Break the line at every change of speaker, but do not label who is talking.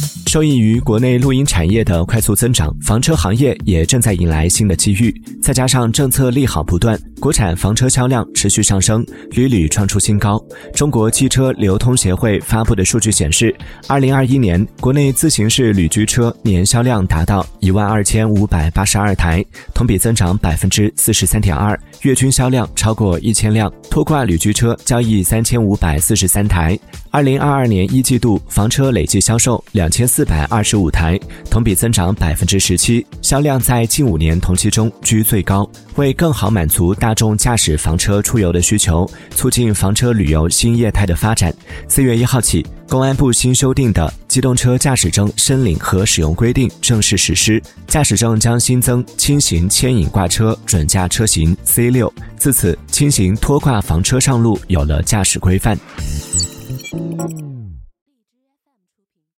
受益于国内露营产业的快速增长，房车行业也正在迎来新的机遇。再加上政策利好不断，国产房车销量持续上升，屡屡创出新高。中国汽车流通协会发布的数据显示，2021年国内自行式旅居车年销量达到12582台，同比增长 43.2%， 月均销量超过1000辆，拖挂旅居车交易3543台。2022年一季度房车累计销售2425台，同比增长 17%， 销量在近5年同期中居最高。为更好满足大众驾驶房车出游的需求，促进房车旅游新业态的发展，4月1号起，公安部新修订的《机动车驾驶证申领和使用规定》正式实施，驾驶证将新增轻型牵引挂车准驾车型 C6， 自此轻型拖挂房车上路有了驾驶规范。